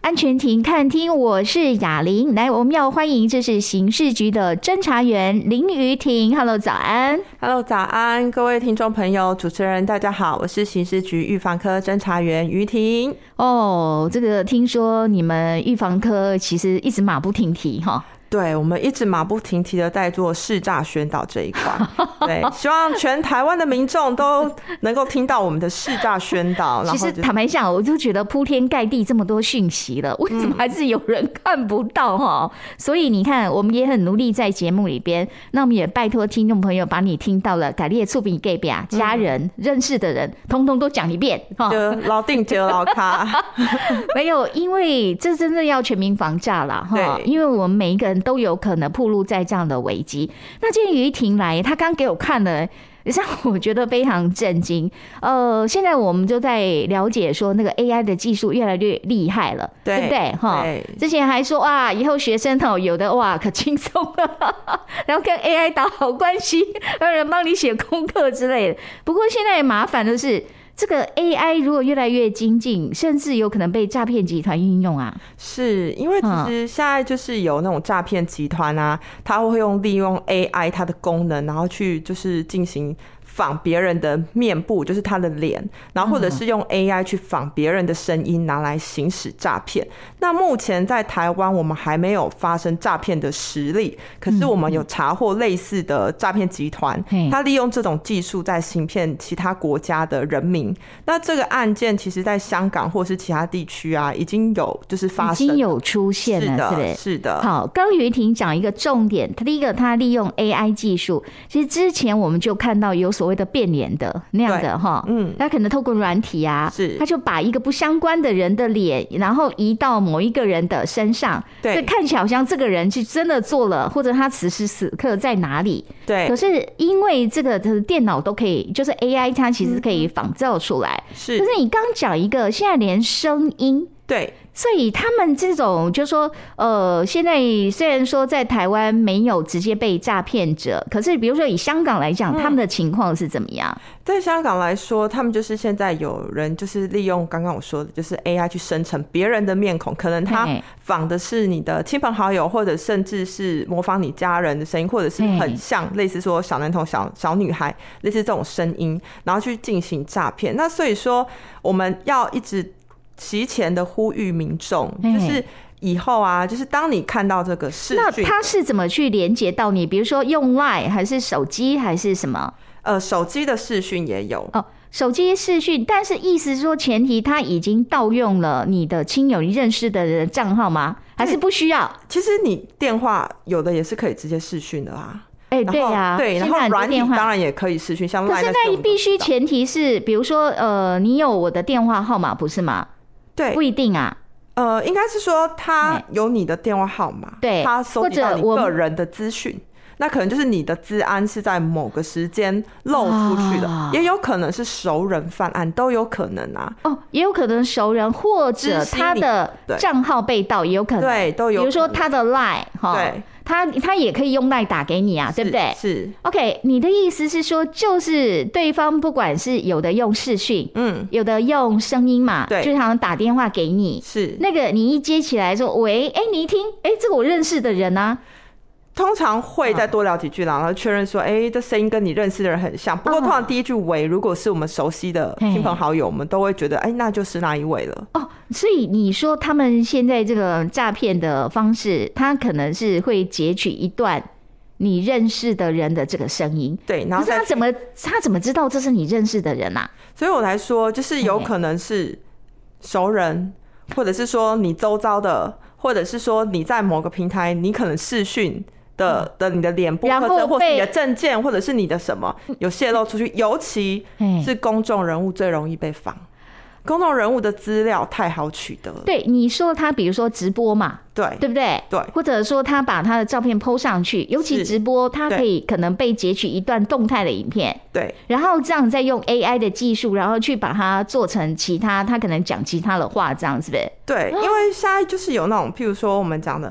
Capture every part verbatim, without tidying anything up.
安全庭看听，我是雅玲。来，我们要欢迎这是刑事局的侦查员林于庭。Hello， 早安。 Hello， 早安，各位听众朋友，主持人大家好，我是刑事局预防科侦查员于庭。 哦，这个听说你们预防科其实一直马不停蹄哈。 对，我们一直马不停蹄的在做识诈宣导这一块，对，希望全台湾的民众都能够听到我们的识诈宣导。 其实坦白讲，我就觉得铺天盖地这么多讯息了，为什么还是有人看不到哈？嗯、所以你看，我们也很努力在节目里边，那我们也拜托听众朋友把你听到了，改列触笔给表家人、嗯、认识的人，通通都讲一遍哈。 就老定就老卡， 没有，因为这真的要全民防诈啦哈，因为我们每一个人都有可能暴露在这样的危机。那今天于庭来，他刚给我看了，让我觉得非常震惊。呃，现在我们就在了解说，那个 A I 的技术越来越厉害了， 对, 对不对？哈，之前还说哇，以后学生哦，有的哇可轻松了，然后跟 A I 打好关系，让人帮你写功课之类的。不过现在麻烦的是，这个 A I 如果越来越精进，甚至有可能被诈骗集团运用啊。 是因为其实现在就是有那种诈骗集团啊，他会用利用 A I 它的功能，然后去就是进行仿别人的面部，就是他的脸，然后或者是用 A I 去仿别人的声音，拿来行使诈骗。那目前在台湾我们还没有发生诈骗的实例，可是我们有查获类似的诈骗集团，他利用这种技术在行骗其他国家的人民。那这个案件其实在香港或是其他地区啊，已经有就是发生， 已经有出现了， 是的， 是的， 是的。 好，刚于庭讲一个重点，第一个他利用 A I 技术，其实之前我们就看到有所谓的变脸的那样的哈，嗯，他可能透过软体啊，是，他就把一个不相关的人的脸，然后移到某一个人的身上，对，看起来好像这个人是真的做了，或者他此时此刻在哪里，对。可是因为这个电脑都可以，就是 A I 它其实可以仿造出来，是。可是你刚讲一个，现在连声音，对。所以他们这种就是说，呃，现在虽然说在台湾没有直接被诈骗者，可是比如说以香港来讲，嗯、他们的情况是怎么样？ 在香港来说，他们就是现在有人就是利用刚刚我说的，就是 A I 去生成别人的面孔，可能他仿的是你的亲朋好友，或者甚至是模仿你家人的声音，或者是很像类似说小男童、小小女孩类似这种声音，然后去进行诈骗。那所以说，我们要一直提前的呼吁民众，就是以后啊，就是当你看到这个视讯， 那他是怎么去连接到你？比如说用 Line 还是手机还是什么？ 呃，手机的视讯也有哦，手机视讯，但是意思是说前提他已经盗用了你的亲友、你认识的人的账号吗？还是不需要？ 其实你电话有的也是可以直接视讯的啊。 哎、欸，对啊， 对，然后软体当然也可以视讯，像 Line 可是那必须前提是，比如说呃，你有我的电话号码，不是吗？ 对， 不一定啊。 呃，应该是说他有你的电话号码，对，他收集到你个人的资讯，那可能就是你的资安是在某个时间漏出去的，啊、也有可能是熟人犯案，都有可能啊。 哦，也有可能熟人或者他的账号被盗，也有可能，对，都有可能。比如说他的 Line 哈，对。他他也可以用赖打给你啊，对不对？是 ，OK。你的意思是说，就是对方不管是有的用视讯，嗯，有的用声音嘛，对，就好像打电话给你，是那个你一接起来说喂，哎，你一听，哎，这个我认识的人啊。 通常会再多聊几句，然后确认说，哎、欸，这声音跟你认识的人很像。不过通常第一句“喂”，如果是我们熟悉的亲朋好友，我们都会觉得，哎、欸，那就是那一位了。 哦，所以你说他们现在这个诈骗的方式，他可能是会截取一段你认识的人的这个声音，对，然后可是他怎么他怎么知道这是你认识的人啊？ 所以我来说，就是有可能是熟人，或者是说你周遭的，或者是说你在某个平台，你可能视讯。的的你的脸部，或者或是你的证件，或者是你的什么有泄露出去，尤其是公众人物最容易被仿。公众人物的资料太好取得了。 对，你说他比如说直播嘛，对，对不对？对，或者说他把他的照片 po 上去，尤其直播，他可以可能被截取一段动态的影片，对，然后这样再用 A I 的技术，然后去把它做成其他，他可能讲其他的话，这样是不是？ 对，因为现在就是有那种，譬如说我们讲的。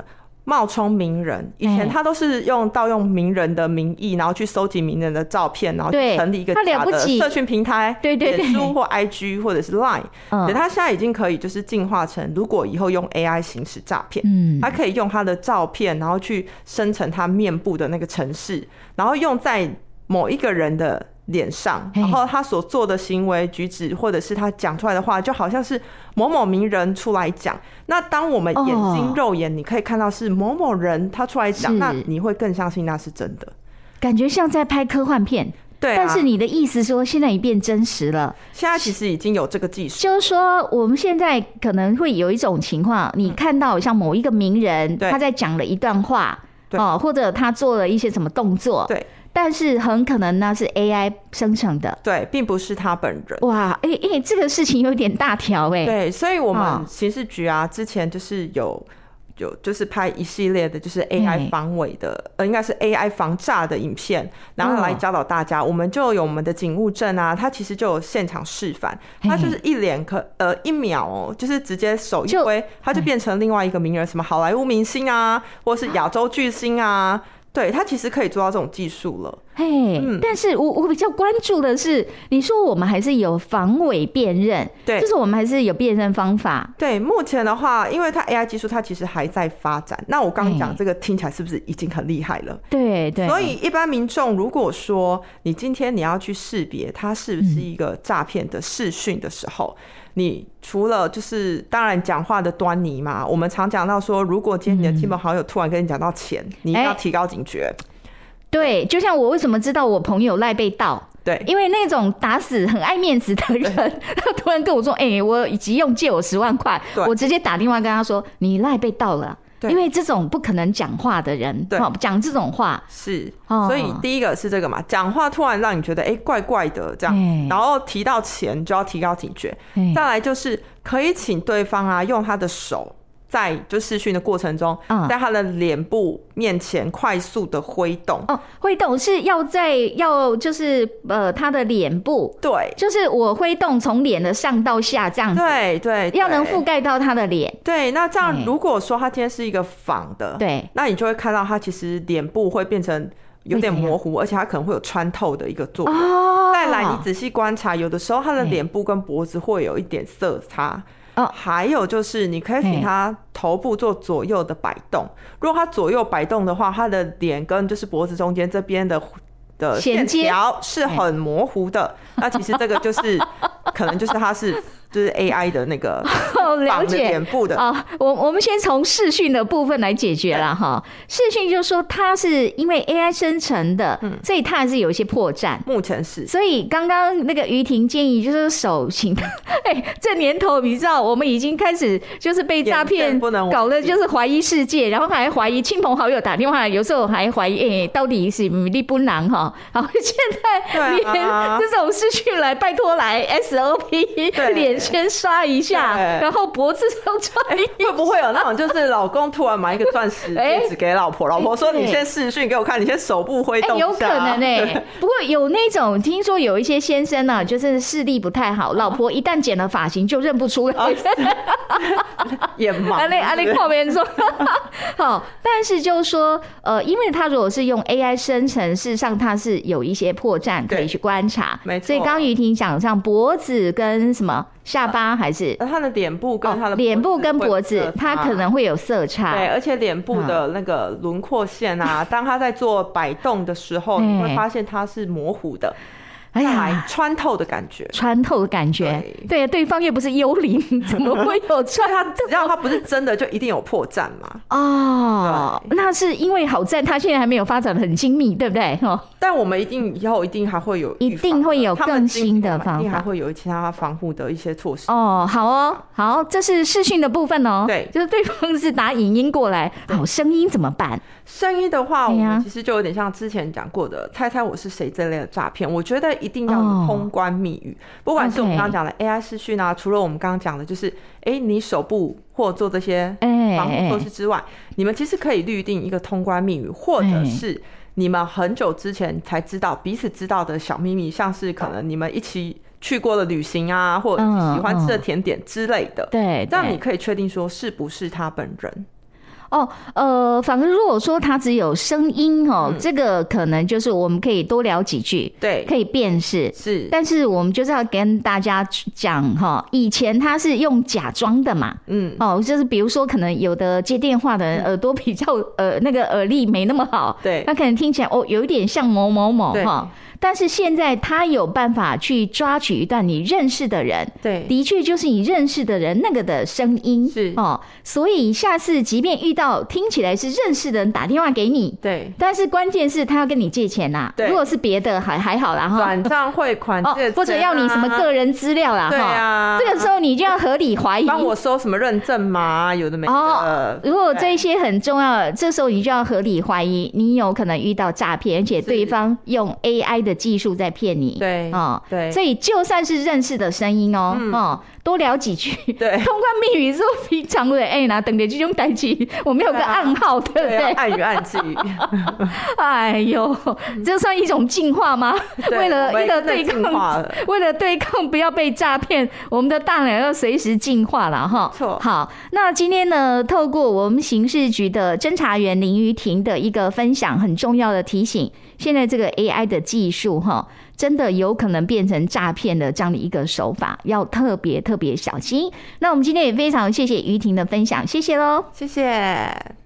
冒充名人，以前他都是用盗用名人的名义，然后去收集名人的照片，然后去成立一个假的社群平台， 对对对， 脸书或 I G 或者是 Line，嗯，他现在已经可以就是进化成，如果以后用 A I 行使诈骗，嗯，他可以用他的照片，然后去生成他面部的那个程式，然后用在某一个人的脸上，然后他所做的行为举止或者是他讲出来的话就好像是某某名人出来讲，那当我们眼睛肉眼你可以看到是某某人他出来讲，那你会更相信那是真的， 感觉像在拍科幻片。对、啊，但是你的意思说现在已变真实了， 现在其实已经有这个技术， 就是说我们现在可能会有一种情况，你看到像某一个名人他在讲了一段话，哦，或者他做了一些什么动作， 对， 但是很可能呢是 A I 生成的， 对，并不是他本人。 哇，哎、欸、哎、欸，这个事情有点大条哎、欸。 对，所以我们刑事局啊，之前就是有有就是拍一系列的，就是 A I 防伪的，欸、呃，应该是 A I 防诈的影片，然后来教导大家。哦、我们就有我们的警务证啊，它其实就有现场示范，它就是一脸可呃一秒哦，就是直接手一挥，它就变成另外一个名人，什么好莱坞明星啊，或是亚洲巨星啊。对，它其实可以做到这种技术了。 嘿、嗯，但是我我比较关注的是，你说我们还是有防伪辨认，对，就是我们还是有辨认方法。 对，目前的话，因为它 A I 技术它其实还在发展。那我刚刚讲这个听起来是不是已经很厉害了？ 对对。 所以一般民众如果说你今天你要去识别它是不是一个诈骗的视讯的时候，嗯，你除了就是当然讲话的端倪嘛，我们常讲到说，如果今天你的亲朋好友突然跟你讲到钱，嗯，你一定要提高警觉。欸， 对，就像我为什么知道我朋友赖被盗？对，因为那种打死很爱面子的人，他突然跟我说：“哎，欸，我急用借我十万块。”我直接打电话跟他说：“你赖被盗了。”因为这种不可能讲话的人，讲这种话是，所以第一个是这个嘛，讲话突然让你觉得哎，欸，怪怪的这样，然后提到钱就要提高警觉。再来就是可以请对方啊用他的手。在就视讯的过程中，嗯，在他的脸部面前快速的挥动。 哦，挥动是要在要就是呃他的脸部， 对， 就是我挥动从脸的上到下这样子， 对 对, 对， 要能覆盖到他的脸。 对，那这样如果说他今天是一个仿的，对，那你就会看到他其实脸部会变成有点模糊，而且他可能会有穿透的一个作用。哦，再来你仔细观察，有的时候他的脸部跟脖子会有一点色差。哦，还有就是你可以请他头部做左右的摆动，如果他左右摆动的话，他的脸跟就是脖子中间这边的的线条是很模糊的，那其实这个就是可能就是他是就是 A I 的那个仿的脸部的啊。我我们先从视讯的部分来解决了哈。视讯就是说它是因为 A I 生成的，嗯，所以它还是有一些破绽。 目前是， 所以刚刚那个于婷建议就是手请，哎、欸，这年头你知道我们已经开始就是被诈骗搞了，就是怀疑世界，然后还怀疑亲朋好友打电话来，有时候还怀疑哎、欸，到底是你不能哈。好，现在连这种视讯来，拜托来 S O P 脸先刷一下，然后脖子上刷一下、 欸。会不会有那种就是老公突然买一个钻石戒指给老婆，老婆说你先视讯给我看，你先手部挥动一下。 欸、有可能哎、欸，不过有那种听说有一些先生呢、啊，就是视力不太好，老婆一旦剪了发型就认不出来， 眼盲。 阿丽阿丽靠边说，好，但是就是说，呃，因为他如果是用 A I 生成，事实上它是有一些破绽可以去观察，没错。所以刚于婷讲像脖子跟什么下巴还是他的脸部跟他的脸、哦、部跟脖子，它可能会有色差。 对，而且脸部的那个轮廓线啊，嗯、当他在做摆动的时候，你会发现它是模糊的。哎呀，穿透的感觉， 穿透的感觉，对，对，对方又不是幽灵，怎么会有穿？ 他只要他不是真的，就一定有破绽嘛。 哦，那是因为好在他现在还没有发展的很精密，对不对？哦， 但我们一定以后一定还会有， 一定会有更新的方法， 一定还会有其他防护的一些措施。 哦，好哦，好，这是视讯的部分哦。对，就是对方是打影音过来，好，声音怎么办？ 声音的话，我们其实就有点像之前讲过的“猜猜我是谁”这类的诈骗。我觉得一定要有通关密语，哦、不管是我们刚刚讲的 A I 视讯啊，除了我们刚刚讲的，就是哎、欸，你手部或做这些防护措施之外，欸欸你们其实可以预定一个通关密语，或者是你们很久之前才知道彼此知道的小秘密，像是可能你们一起去过的旅行啊，或者喜欢吃的甜点之类的。对、嗯，这样你可以确定说是不是他本人。 哦，呃，反而如果说它只有声音哦、嗯，这个可能就是我们可以多聊几句， 对， 可以辨识。 是， 但是我们就是要跟大家讲哈，以前它是用假装的嘛，嗯，哦，就是比如说可能有的接电话的人耳朵比较呃那个耳力没那么好， 对， 那可能听起来哦有一点像某某某哈。但是现在他有办法去抓取一段你认识的人， 对， 的确就是你认识的人那个的声音， 是哦，所以下次即便遇到听起来是认识的人打电话给你， 对， 但是关键是他要跟你借钱啦，如果是别的还还好啦哈， 转账汇款、啊哦， 或者要你什么个人资料啦， 对啊， 这个时候你就要合理怀疑， 帮我收什么认证码，有的没的。哦， 如果这些很重要，这时候你就要合理怀疑，你有可能遇到诈骗，而且对方用 A I 的技术在骗你， 对， 哦， 对， 所以就算是认识的声音哦，嗯、哦，多聊几句， 对， 通关密语是平常的，哎，那等着这种代志，我们有个暗号，对不对？ 对，暗语暗记。 哎呦，这算一种进化吗？为了为了对抗，为了对抗不要被诈骗，我们的大脑要随时进化了哈。 错， 好，那今天呢，透过我们刑事局的侦查员林瑜庭的一个分享，很重要的提醒。现在这个 A I 的技术哈，真的有可能变成诈骗的这样的一个手法，要特别特别小心。那我们今天也非常谢谢瑜庭的分享，谢谢喽， 谢谢。